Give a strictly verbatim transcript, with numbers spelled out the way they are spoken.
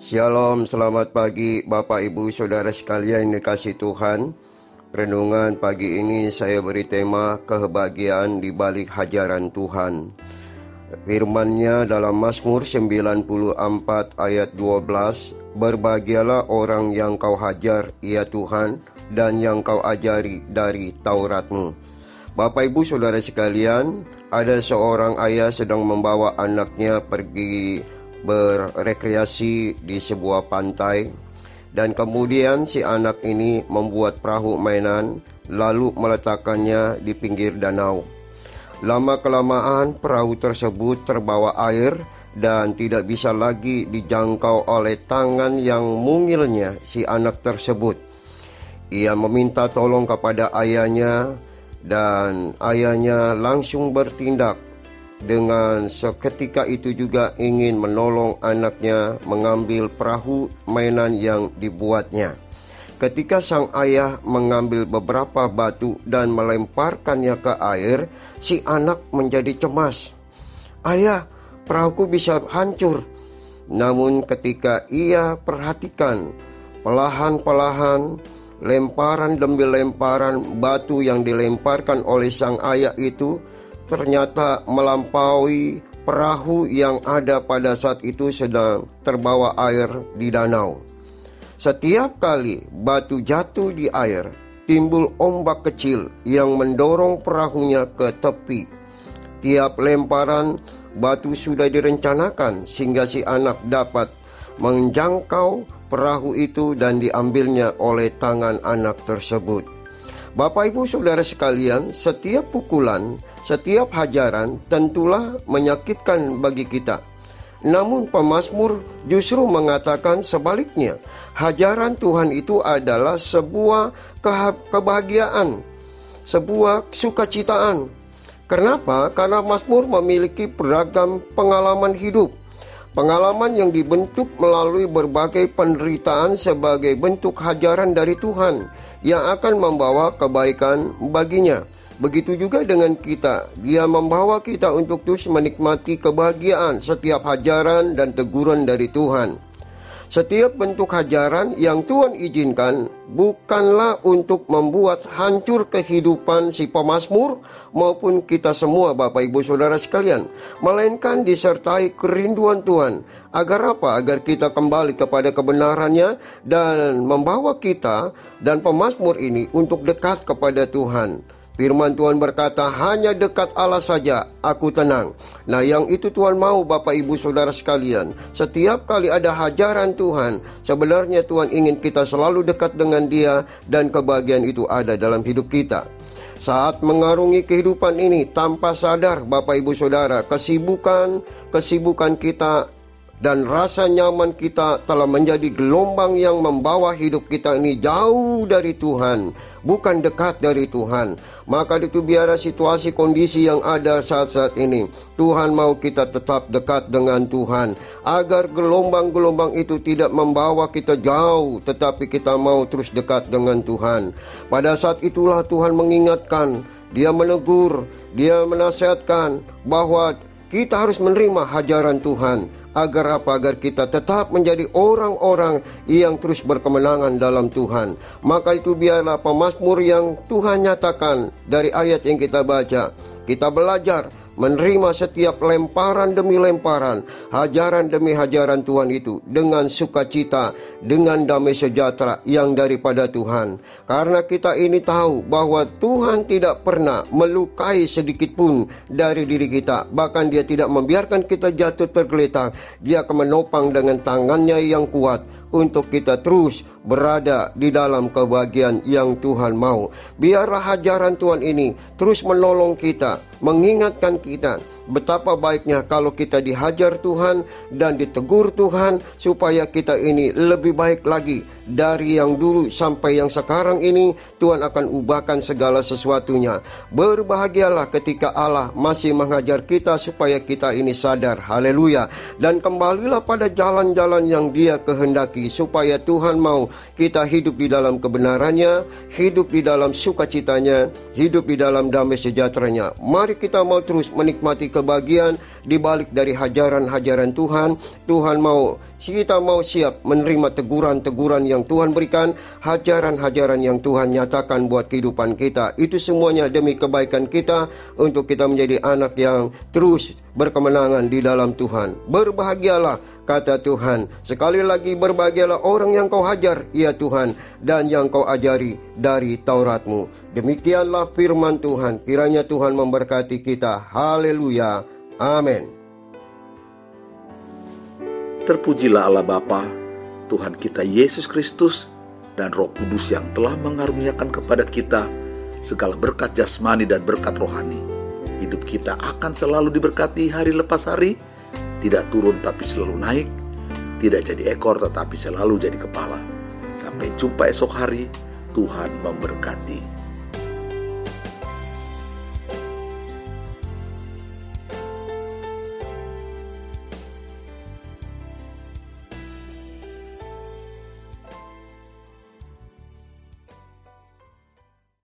Shalom, selamat pagi Bapak Ibu Saudara sekalian yang dikasihi Tuhan. Renungan pagi ini saya beri tema kebahagiaan di balik hajaran Tuhan. Firman-Nya dalam Mazmur sembilan puluh empat ayat dua belas, berbahagialah orang yang kau hajar, ya Tuhan, dan yang kau ajari dari Taurat-Mu. Bapak Ibu Saudara sekalian, ada seorang ayah sedang membawa anaknya pergi berrekreasi di sebuah pantai, dan kemudian si anak ini membuat perahu mainan lalu meletakkannya di pinggir danau. Lama kelamaan perahu tersebut terbawa air dan tidak bisa lagi dijangkau oleh tangan yang mungilnya si anak tersebut. Ia meminta tolong kepada ayahnya, dan ayahnya langsung bertindak. Dengan seketika itu juga ingin menolong anaknya mengambil perahu mainan yang dibuatnya. Ketika sang ayah mengambil beberapa batu dan melemparkannya ke air, si anak menjadi cemas. "Ayah, perahuku bisa hancur." Namun ketika ia perhatikan, pelahan-pelahan lemparan demi lemparan batu yang dilemparkan oleh sang ayah itu ternyata melampaui perahu yang ada pada saat itu sedang terbawa air di danau. Setiap kali batu jatuh di air, timbul ombak kecil yang mendorong perahunya ke tepi. Tiap lemparan batu sudah direncanakan sehingga si anak dapat menjangkau perahu itu dan diambilnya oleh tangan anak tersebut. Bapak Ibu Saudara sekalian, setiap pukulan, setiap hajaran tentulah menyakitkan bagi kita. Namun pemazmur justru mengatakan sebaliknya. Hajaran Tuhan itu adalah sebuah kebahagiaan, sebuah sukacitaan. Kenapa? Karena Mazmur memiliki beragam pengalaman hidup. Pengalaman yang dibentuk melalui berbagai penderitaan sebagai bentuk hajaran dari Tuhan yang akan membawa kebaikan baginya. Begitu juga dengan kita, Dia membawa kita untuk terus menikmati kebahagiaan setiap hajaran dan teguran dari Tuhan. Setiap bentuk hajaran yang Tuhan izinkan bukanlah untuk membuat hancur kehidupan si pemazmur maupun kita semua Bapak Ibu Saudara sekalian, melainkan disertai kerinduan Tuhan. Agar apa? Agar kita kembali kepada kebenarannya dan membawa kita dan pemazmur ini untuk dekat kepada Tuhan. Firman Tuhan berkata, hanya dekat Allah saja aku tenang. Nah, yang itu Tuhan mau Bapak Ibu Saudara sekalian. Setiap kali ada hajaran Tuhan, sebenarnya Tuhan ingin kita selalu dekat dengan Dia dan kebahagiaan itu ada dalam hidup kita. Saat mengarungi kehidupan ini tanpa sadar Bapak Ibu Saudara, kesibukan, kesibukan kita dan rasa nyaman kita telah menjadi gelombang yang membawa hidup kita ini jauh dari Tuhan, bukan dekat dari Tuhan. Maka itu biarlah situasi kondisi yang ada saat-saat ini, Tuhan mau kita tetap dekat dengan Tuhan, agar gelombang-gelombang itu tidak membawa kita jauh, tetapi kita mau terus dekat dengan Tuhan. Pada saat itulah Tuhan mengingatkan, Dia menegur, Dia menasihatkan bahwa kita harus menerima hajaran Tuhan. Agar apa? Agar kita tetap menjadi orang-orang yang terus berkemenangan dalam Tuhan. Maka itu biarlah pemazmur yang Tuhan nyatakan dari ayat yang kita baca. Kita belajar menerima setiap lemparan demi lemparan, hajaran demi hajaran Tuhan itu dengan sukacita, dengan damai sejahtera yang daripada Tuhan. Karena kita ini tahu bahwa Tuhan tidak pernah melukai sedikit pun dari diri kita. Bahkan Dia tidak membiarkan kita jatuh tergeletak. Dia akan menopang dengan tangannya yang kuat untuk kita terus berada di dalam kebahagiaan yang Tuhan mau. Biarlah hajaran Tuhan ini terus menolong kita, mengingatkan kita betapa baiknya kalau kita dihajar Tuhan dan ditegur Tuhan, supaya kita ini lebih baik lagi dari yang dulu sampai yang sekarang ini. Tuhan akan ubahkan segala sesuatunya. Berbahagialah ketika Allah masih menghajar kita supaya kita ini sadar. Haleluya. Dan kembalilah pada jalan-jalan yang Dia kehendaki, supaya Tuhan mau kita hidup di dalam kebenarannya, hidup di dalam sukacitanya, hidup di dalam damai sejahteranya. Mari kita mau terus menikmati kebahagiaan di balik dari hajaran-hajaran Tuhan. Tuhan mau, kita mau siap menerima teguran-teguran yang Tuhan berikan, hajaran-hajaran yang Tuhan nyatakan buat kehidupan kita. Itu semuanya demi kebaikan kita, untuk kita menjadi anak yang terus berkemenangan di dalam Tuhan. Berbahagialah, kata Tuhan. Sekali lagi, berbahagialah orang yang kau hajar, ya Tuhan, dan yang kau ajari dari Tauratmu. Demikianlah firman Tuhan. Kiranya Tuhan memberkati kita. Haleluya. Amin. Terpujilah Allah Bapa, Tuhan kita Yesus Kristus, dan Roh Kudus yang telah mengaruniakan kepada kita segala berkat jasmani dan berkat rohani. Hidup kita akan selalu diberkati hari lepas hari, tidak turun tapi selalu naik, tidak jadi ekor tetapi selalu jadi kepala. Sampai jumpa esok hari, Tuhan memberkati.